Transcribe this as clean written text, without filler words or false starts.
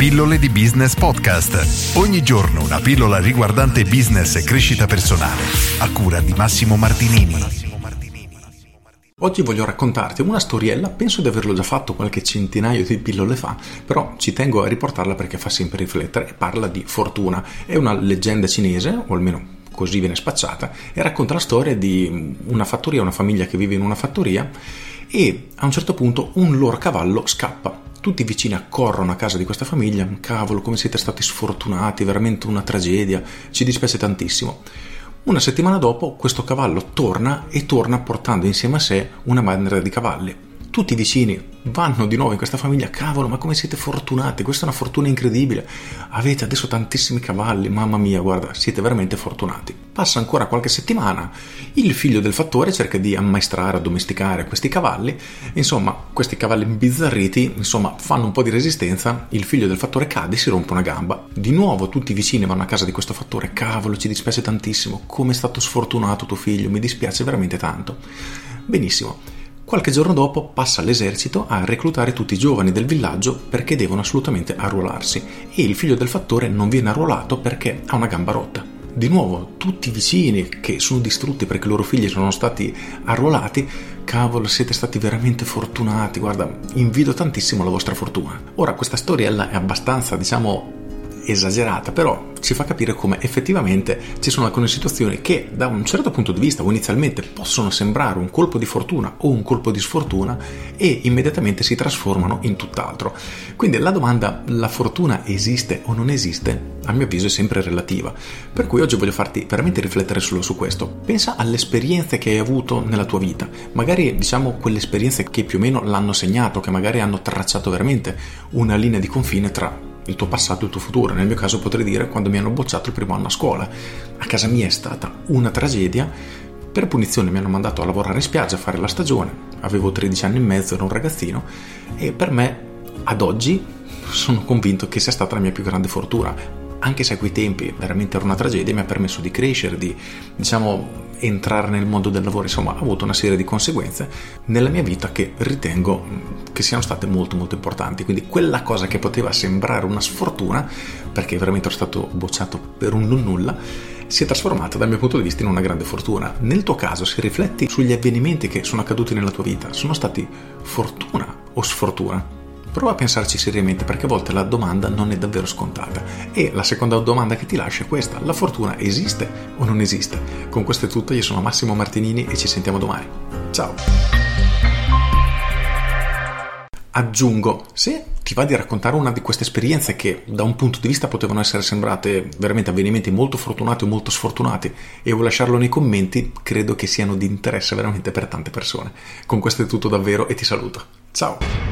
Pillole di Business Podcast. Ogni giorno una pillola riguardante business e crescita personale. A cura di Massimo Martinini. Oggi voglio raccontarti una storiella, penso di averlo già fatto qualche centinaio di pillole fa, però ci tengo a riportarla perché fa sempre riflettere e parla di fortuna. È una leggenda cinese, o almeno così viene spacciata, e racconta la storia di una fattoria, una famiglia che vive in una fattoria e a un certo punto un loro cavallo scappa. Tutti i vicini accorrono a casa di questa famiglia, cavolo, come siete stati sfortunati, veramente una tragedia, ci dispiace tantissimo. Una settimana dopo questo cavallo torna portando insieme a sé una banda di cavalli. Tutti i vicini vanno di nuovo in questa famiglia, cavolo, ma come siete fortunati, questa è una fortuna incredibile, avete adesso tantissimi cavalli, mamma mia, guarda, siete veramente fortunati. Passa ancora qualche settimana, il figlio del fattore cerca di ammaestrare, addomesticare questi cavalli, insomma, questi cavalli imbizzarriti, fanno un po' di resistenza, il figlio del fattore cade e si rompe una gamba. Di nuovo tutti i vicini vanno a casa di questo fattore, cavolo, ci dispiace tantissimo, come è stato sfortunato tuo figlio, mi dispiace veramente tanto. Benissimo. Qualche giorno dopo passa l'esercito a reclutare tutti i giovani del villaggio perché devono assolutamente arruolarsi e il figlio del fattore non viene arruolato perché ha una gamba rotta. Di nuovo tutti i vicini che sono distrutti perché i loro figli sono stati arruolati, cavolo, siete stati veramente fortunati, guarda, invidio tantissimo la vostra fortuna. Ora questa storiella è abbastanza, esagerata, però ci fa capire come effettivamente ci sono alcune situazioni che da un certo punto di vista o inizialmente possono sembrare un colpo di fortuna o un colpo di sfortuna e immediatamente si trasformano in tutt'altro. Quindi la domanda, la fortuna esiste o non esiste, a mio avviso è sempre relativa, per cui oggi voglio farti veramente riflettere solo su questo. Pensa alle esperienze che hai avuto nella tua vita, magari quelle esperienze che più o meno l'hanno segnato, che magari hanno tracciato veramente una linea di confine tra il tuo passato e il tuo futuro. Nel mio caso potrei dire quando mi hanno bocciato il primo anno a scuola. A casa mia è stata una tragedia. Per punizione mi hanno mandato a lavorare in spiaggia a fare la stagione. Avevo 13 anni e mezzo, ero un ragazzino e per me ad oggi sono convinto che sia stata la mia più grande fortuna, anche se a quei tempi veramente era una tragedia. Mi ha permesso di crescere, di entrare nel mondo del lavoro, ha avuto una serie di conseguenze nella mia vita che ritengo che siano state molto molto importanti. Quindi quella cosa che poteva sembrare una sfortuna, perché veramente ero stato bocciato per un non nulla, si è trasformata dal mio punto di vista in una grande fortuna. Nel tuo caso, se rifletti sugli avvenimenti che sono accaduti nella tua vita, sono stati fortuna o sfortuna? Prova a pensarci seriamente, perché a volte la domanda non è davvero scontata. E la seconda domanda che ti lascio è questa: la fortuna esiste o non esiste? Con questo è tutto, io sono Massimo Martinini e ci sentiamo domani. Ciao! Aggiungo, se ti va di raccontare una di queste esperienze che da un punto di vista potevano essere sembrate veramente avvenimenti molto fortunati o molto sfortunati e vuoi lasciarlo nei commenti, credo che siano di interesse veramente per tante persone. Con questo è tutto davvero e ti saluto. Ciao!